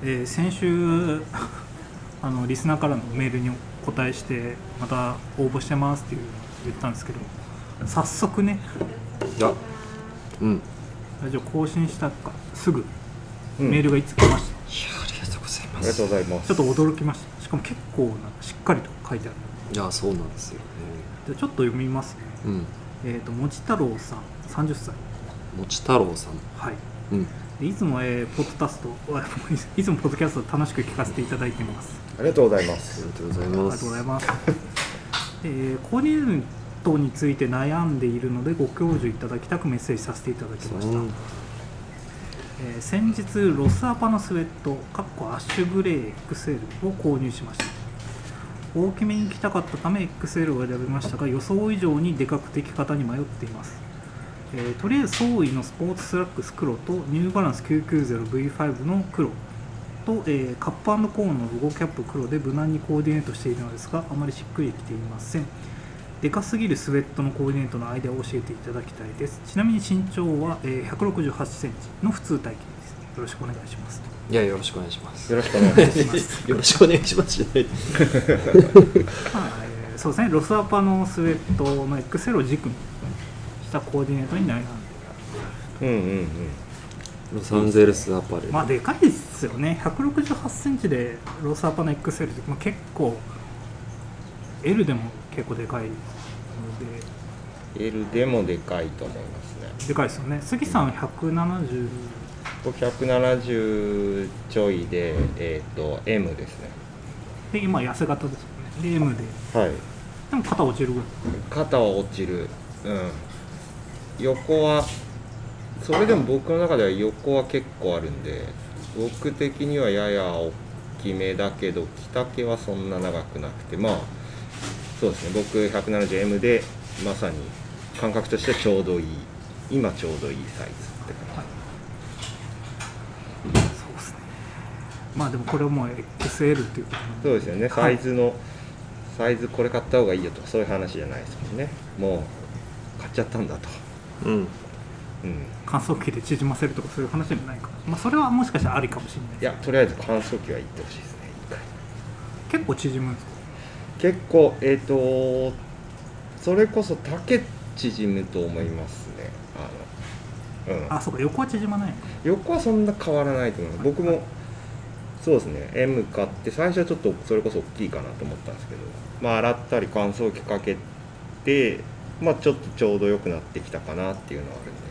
先週リスナーからのメールにお答えしてまた応募してますって言ったんですけど、早速ね、じゃあ更新したかすぐメールがいつ来ました。 いや、ありがとうございます。 ありがとうございます。 ちょっと驚きました。しかも結構なんかしっかりと書いてある。 いや、そうなんですよね。 じゃあちょっと読みますね。もち太郎さん30歳。 もち太郎さん、 はい。いつもポッドキャストいつもポッドキャスト楽しく聞かせていただいてます。 ありがとうございます。 ありがとうございます。 ありがとうございます。コーディネートについて悩んでいるのでご教授いただきたくメッセージさせていただきました。先日ロスアパのスウェットアッシュグレー XL を購入しました。大きめに着たかったため XL を選びましたが、予想以上にでかくて着方に迷っています。とりあえず総意のスポーツスラックス黒とニューバランス 990V5 の黒と、カップ&コーンのロゴキャップ黒で無難にコーディネートしているのですが、あまりしっくりきていません。でかすぎるスウェットのコーディネートのアイデアを教えていただきたいです。ちなみに身長は168センチの普通体型です。よろしくお願いします。 いや、よろしくお願いします。 よろしくお願いします。 よろしくお願いしますじゃないそうですね、ロスアパのスウェットの XL を軸にしたコーディネートに悩んでロサンゼルスアパレル。 まあでかいですよね。168センチでロスアパの XL って、結構 L でも結構でかいので L でもでかいと思いますね。 でかいですよね。杉さん170、 僕170ちょいで、M ですね。 で今痩せ型ですよね。で M で、 はい、 でも肩落ちるぐらい。 肩は落ちる。横はそれでも僕の中では横は結構あるんで、僕的にはやや大きめだけど着丈はそんな長くなくて、まあそうですね、僕 170M でまさに感覚としてはちょうどいい、今ちょうどいいサイズって感じ、 そうですね。まあでもこれはもう XL っていうことなんで、 そうですよね、サイズこれ買った方がいいよとかそういう話じゃないですもんね。もう買っちゃったんだと。 乾燥機で縮ませるとかそういう話じゃないかも。それはもしかしたらありかもしれないです。 いや、とりあえず乾燥機は行ってほしいですね、一回。 結構縮むんですか？ 結構それこそ丈縮むと思いますね。 そうか、横は縮まないのか。 横はそんな変わらないと思います。僕もそうですね、M 買って最初はちょっとそれこそ大きいかなと思ったんですけど、洗ったり乾燥機かけて、ちょっとちょうど良くなってきたかなっていうのはあるんで。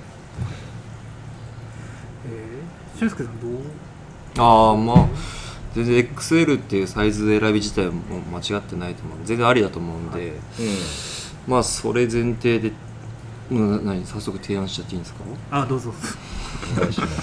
俊介さんどう？ 全然 XL っていうサイズ選び自体も間違ってないと思う。全然ありだと思うんで、それ前提で早速提案しちゃっていいんですか？ どうぞ。 お願いします。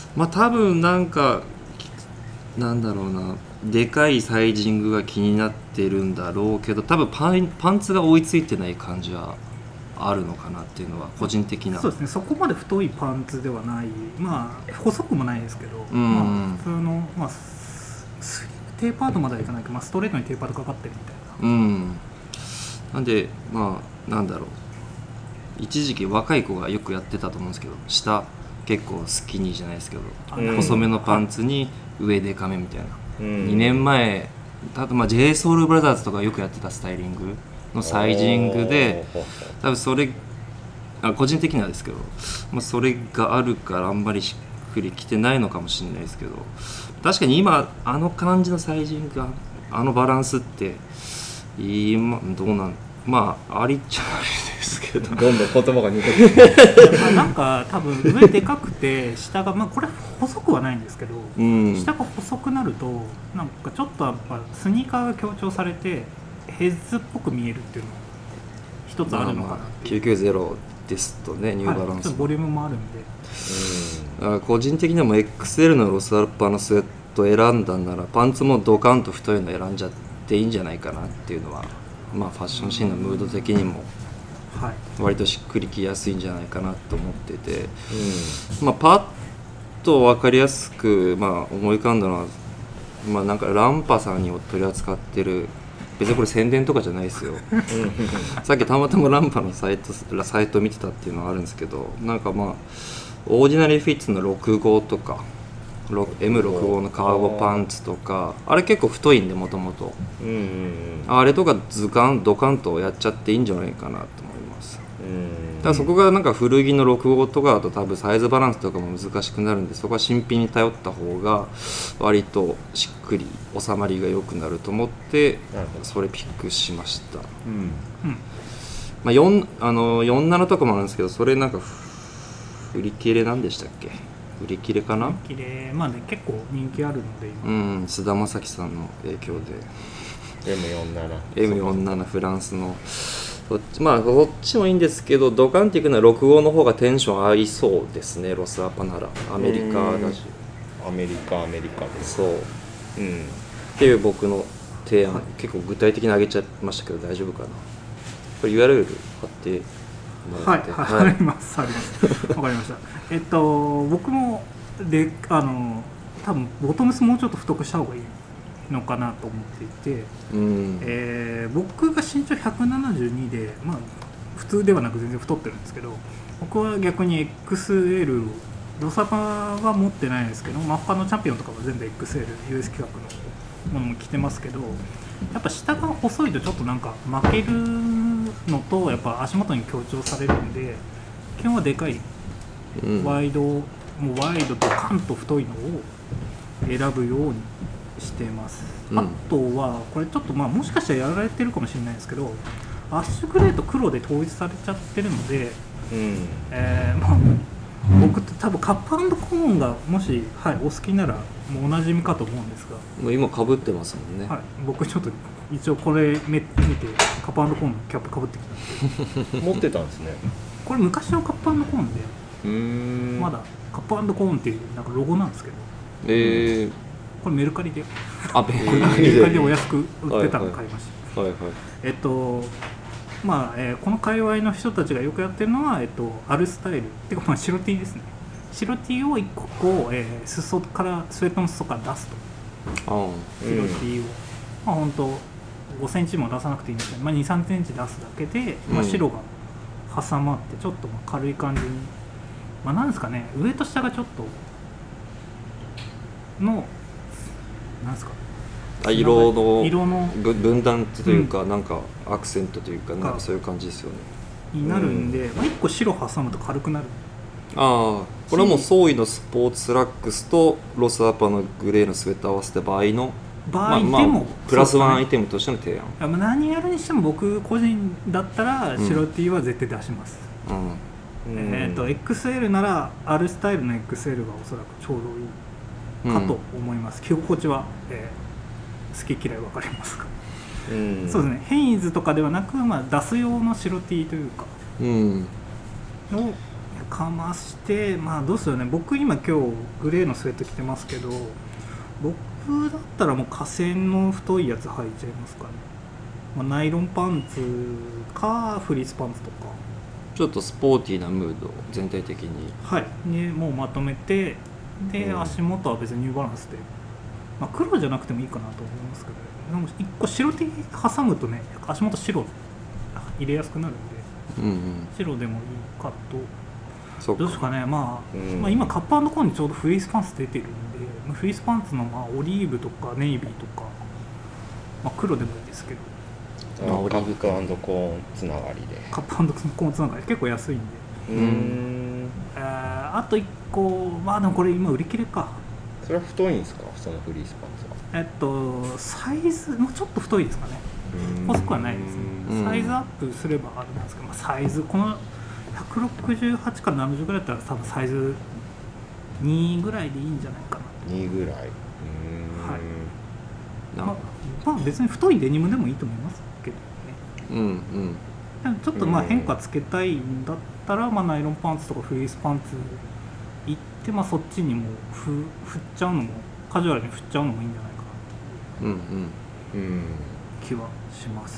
多分なんだろうな、でかいサイジングが気になってるんだろうけど、多分パンツが追いついてない感じはあるのかなっていうのは個人的な。 そうですね、そこまで太いパンツではない、細くもないですけど、普通の、スリムテーパードまではいかないけど、ストレートにテーパードかかってるみたいな。 なんでなんだろう、一時期若い子がよくやってたと思うんですけど、下結構スキニーじゃないですけど、細めのパンツに上デカめみたいな、2年前多分JSOULBROTHERSとかよくやってたスタイリングのサイジングで、多分それ個人的にはですけど、それがあるからあんまりしっくりきてないのかもしれないですけど、確かに今あの感じのサイジングがバランスって今どうなんありっちゃありですけど、 どんどん言葉が似てくる。 なんか多分上でかくて下がこれ細くはないんですけど、下が細くなるとなんかちょっとやっぱスニーカーが強調されてヘッズっぽく見えるっていうのが一つあるのかなっていう。 990ですとね、ニューバランス、 ちょっとボリュームもあるんで、 だから個人的にはもう XL のロスアルパのスウェット選んだんならパンツもドカンと太いの選んじゃっていいんじゃないかなっていうのは、ファッションシーンのムード的にも割としっくりきやすいんじゃないかなと思ってて、パッと分かりやすく、思い浮かんだのは、なんかランパさんに取り扱ってる、別にこれ宣伝とかじゃないですよさっきたまたまランパのサイト見てたっていうのはあるんですけど、オーディナリーフィッツの6号とか M65 のカーゴパンツとか、あれ結構太いんでもともと、 うんうんうん、 あれとかドカンとやっちゃっていいんじゃないかなと思います。 うん、 だからそこがなんか古着の65とかだと多分サイズバランスとかも難しくなるんで、そこは新品に頼った方が割としっくり収まりが良くなると思ってそれピックしました。 うんうん、 まあ、47とかもあるんですけど、それなんか売り切れなんでしたっけ？売り切れかな？ 売り切れ、まあね、結構人気あるので今、 うん、菅田将暉さんの影響で M47 フランスのまあどっちもいいんですけど、ドカンっていくのは65の方がテンション合いそうですね。ロスアパならアメリカだし、 アメリカでそう、 うん、 っていう僕の提案、結構具体的に挙げちゃいましたけど大丈夫かな。これ URL 貼ってもらって、 はい、ありますわかりました。僕もで多分ボトムスもうちょっと太くした方がいいのかなと思っていて、 うん、 僕が身長172で、まあ普通ではなく全然太ってるんですけど、僕は逆に XL ロサパは持ってないですけど、他のチャンピオンとかは全部 XL、US 規格のものも着てますけど、やっぱ下が細いとちょっとなんか負けるのと、やっぱ足元に強調されるんで、基本はでかい、ワイドとカンと太いのを選ぶようにしてます。あとはこれちょっともしかしたらやられてるかもしれないですけど、アッシュグレーと黒で統一されちゃってるので、僕多分カップ&コーンがもし、お好きならもうおなじみかと思うんですが、 もう今かぶってますもんね。 僕ちょっと一応これ見てカップ&コーンのキャップかぶってきたんで持ってたんですね。 これ昔のカップ&コーンで、まだカップ&コーンっていうなんかロゴなんですけど、これメルカリでお安く売ってたのを買いました。この界隈の人たちがよくやってるのは、アルスタイルっていうか、白 T ですね。白 T を1個、裾からスウェットの裾から出すと、白 T を本当5センチも出さなくていいんですけど、2、3センチ出すだけで、白が挟まってちょっと軽い感じに、なんですかね、上と下がちょっとのなんですか、 色の分断というか、なんかアクセントというか、なんかそういう感じですよね。 になるんで、1個白挟むと軽くなる。 これはもう総意のスポーツスラックスとロスアパのグレーのスウェット合わせた場合のでもプラスワンアイテムとしての提案。 何やるにしても僕個人だったら白 T は絶対出します。XL なら R スタイルの XL がおそらくちょうどいいかと思います。着心地は、好き嫌い分かりますか？そうですね、ヘイズとかではなく、出す用の白 T というか、をかまして、どうするね、僕今日グレーのスウェット着てますけど、僕だったらもう河川の太いやつ履いちゃいますかね。ナイロンパンツかフリースパンツとか、 ちょっとスポーティーなムード全体的にもうまとめて、で、足元は別にニューバランスで、黒じゃなくてもいいかなと思いますけど、1個白 T 挟むとね、足元白入れやすくなるんで、白でもいいかと。どうですかね、今カップ&コーンにちょうどフリースパンツ出てるんで、フリースパンツのオリーブとかネイビーとか、黒でもいいですけど、 カップ&コーンつながりで、 カップ&コーンつながり結構安いんで、あと1個、でもこれ今売り切れか。 それは太いんですか、そのフリースパンツは。 サイズもちょっと太いですかね。細くはないですね。サイズアップすればあれなんですけど、サイズこの168から70ぐらいだったら多分サイズ2ぐらいでいいんじゃないかな。 2ぐらい。 別に太いデニムでもいいと思いますけどね。ちょっと変化つけたいんだったら、ナイロンパンツとかフリースパンツいって、そっちにも振っちゃうのも、カジュアルに振っちゃうのもいいんじゃないかな気はします。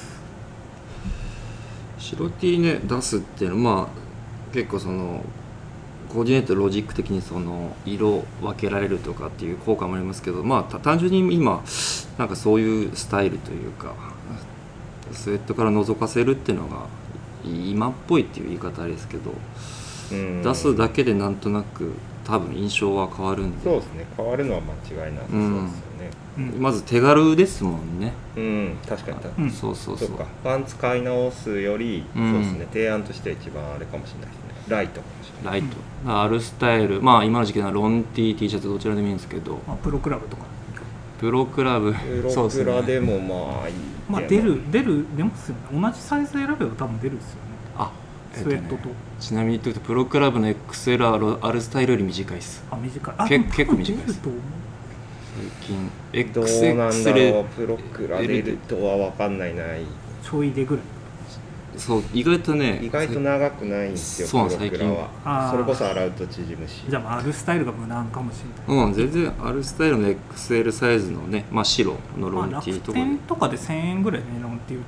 白 T ね出すっていうのは、結構そのコーディネートロジック的にその色分けられるとかっていう効果もありますけど、単純に今なんかそういうスタイルというか、スウェットから覗かせるっていうのが今っぽいっていう言い方あれですけど、出すだけでなんとなく多分印象は変わるんで、 そうですね、変わるのは間違いなさそうですよね。 まず手軽ですもんね。 確かに、 そうそうそう。 そうか、パンツ買い直すより、そうですね、提案としては一番あれかもしれないですね。ライトかもしれない。 ライト、Rスタイル、まあ今の時期はロン T、T シャツどちらでもいいんですけど、 プロクラブとかプロクラブ、 プロクラでもまあいい、 出ますよね。同じサイズ選べば多分出るんですよね。スウェットと、 ちなみに言っておくとプロクラブの XL は R スタイルより短いです。 短い。 結構短いです。最近どうなんだろう、プロクラ出るとは分かんないな。 ちょいでぐらい。 そう、意外と長くないんですよ。 そうプロクラはそれこそ洗うと縮むし。 じゃあRスタイルが無難かもしれない。 全然 R スタイルの XL サイズのね、白のロン T とかで、 楽天とかで1000円ぐらいのロン T 売って、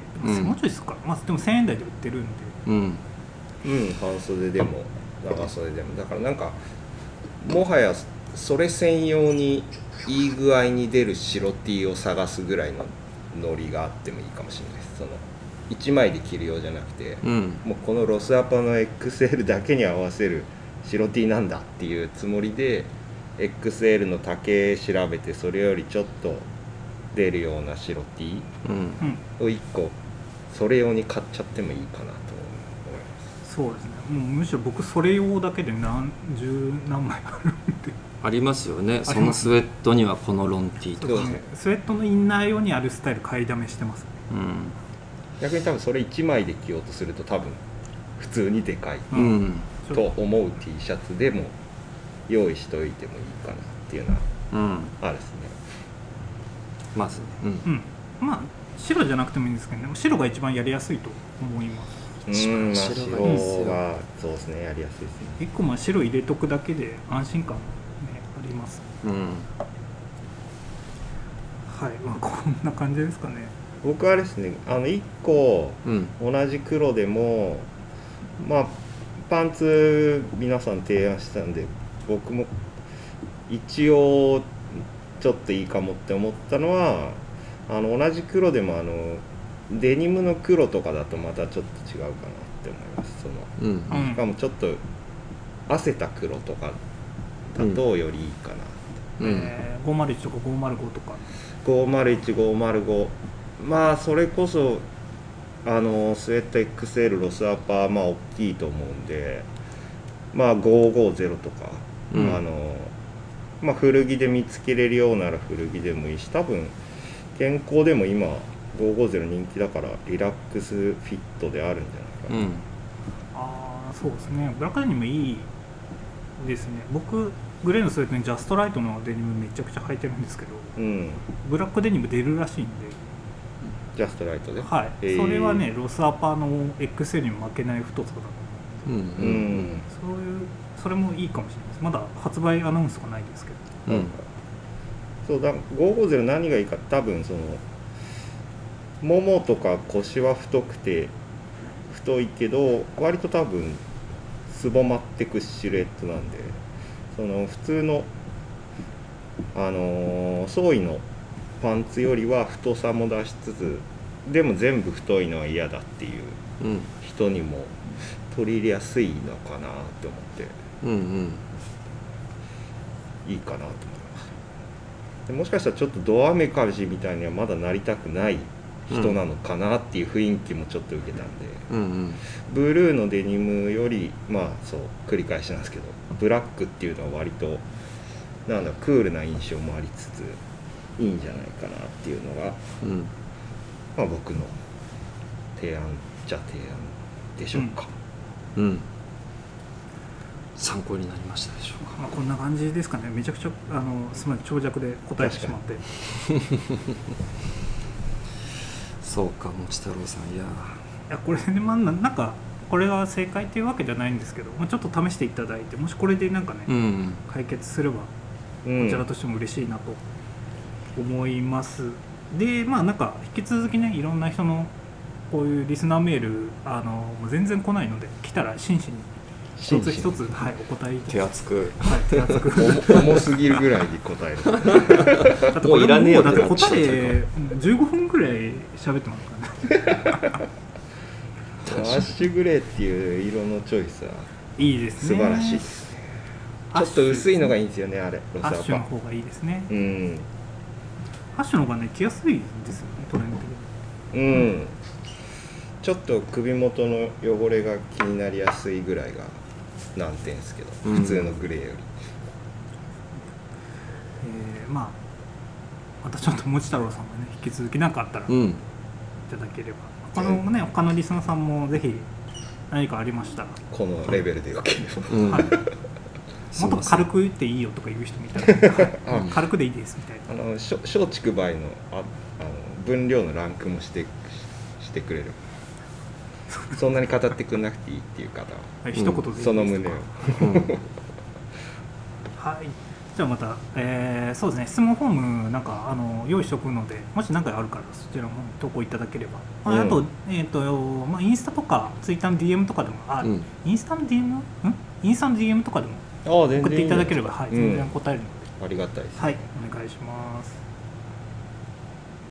もうちょいですか、でも1000円台で売ってるんで、 半袖でも長袖でも、だからなんかもはやそれ専用にいい具合に出る白 T を探すぐらいのノリがあってもいいかもしれないです。その1枚で着るようじゃなくて、もうこのロスアパの XL だけに合わせる白 T なんだっていうつもりで XL の丈調べて、それよりちょっと出るような白 T を1個それ用に買っちゃってもいいかなと思います。 そうですね、もうむしろ僕それ用だけで何枚あるんで。 ありますよね。そのスウェットにはこのロン T とか、 スウェットのインナー用にあるスタイル買いだめしてます、 逆に多分それ1枚で着ようとすると多分普通にでかい、と思う T シャツでも用意しといてもいいかなっていうのはあるですね。 まずまあ白じゃなくてもいいんですけどね、白が一番やりやすいと思います。 白はそうですね、やりやすいですね。 1個白入れとくだけで安心感も、あります。はい、こんな感じですかね。 僕はですね、1個同じ黒でも、パンツ皆さん提案したんで、僕も一応ちょっといいかもって思ったのは、同じ黒でもデニムの黒とかだとまたちょっと違うかなって思います。しかもちょっと汗た黒とかだとよりいいかな、 501とか505とか 501、505、それこそスウェット XL ロスアッパー大きいと思うんで、550とか、古着で見つけれるようなら古着でもいいし、多分健康でも今550人気だからリラックスフィットであるんじゃないかな。 そうですね、ブラックデニムいいですね。僕グレーのスウェットにジャストライトのデニムめちゃくちゃ履いてるんですけど、ブラックデニム出るらしいんで。 ジャストライトで、 それはね、ロスアパーの XL にも負けない太さだと思うので、それもいいかもしれないです。まだ発売アナウンスがないですけど、 そうだ、550何がいいか、多分そのももとか腰は太いけど割と多分すぼまってくシルエットなんで、その普通の総意のパンツよりは太さも出しつつ、でも全部太いのは嫌だっていう人にも取り入れやすいのかなって思って、いいかなと思います。もしかしたらちょっとドアメカジみたいにはまだなりたくない人なのかなっていう雰囲気もちょっと受けたんで、ブルーのデニムよりそう繰り返しなんですけど、ブラックっていうのは割とクールな印象もありつついいんじゃないかなっていうのが、僕の提案じゃ提案でしょうか。 参考になりましたでしょうか。 こんな感じですかね。めちゃくちゃすみません、長尺で答えてしまってそうか、持太郎さん、いやこれでなんかこれが正解っていうわけじゃないんですけど、ちょっと試していただいて、もしこれでなんかね、解決すればこちらとしても嬉しいなと思います。でなんか引き続きね、いろんな人のこういうリスナーメールもう全然来ないので、来たら真摯に一つ一つ、お答え手厚く、 手厚く重すぎるぐらいに答えるだってこれもういらねえよだって答え15分ぐらい喋ってますからねアッシュグレーっていう色のチョイスはいいですね。 素晴らしいですね。 ちょっと薄いのがいいんですよね、あれロスアアッシュのッパ方がいいですね。 ー。 アッシュの方がね着やすいんですよね、トレンド的に。 うんちょっと首元の汚れが気になりやすいぐらいが難点ですけど、普通のグレーより。 まあまたちょっともち太郎さんがね引き続き何かあったらいうんただければ、他のリスナーさんもぜひ何かありましたら、 このレベルでよければ、 うんはい、 すいませんもっと軽く言っていいよとか言う人もいたら、はいうん軽くでいいですみたいな。 松竹梅の分量のランクもしてくれる。そんなに語ってくんなくていいっていう方ははい、一言でいいですとかその旨を。 はい、じゃあまた、そうですね、質問フォームなんか用意しておくので、もし何かあるからそちらも投稿いただければ、あと、まあ、インスタとかツイッターの DM とかでも、 うんインスタの DM？ インスタの DM とかでも全然送っていただければ、はい、 うん全然答えるので、 ありがたいです。 はい、お願いします。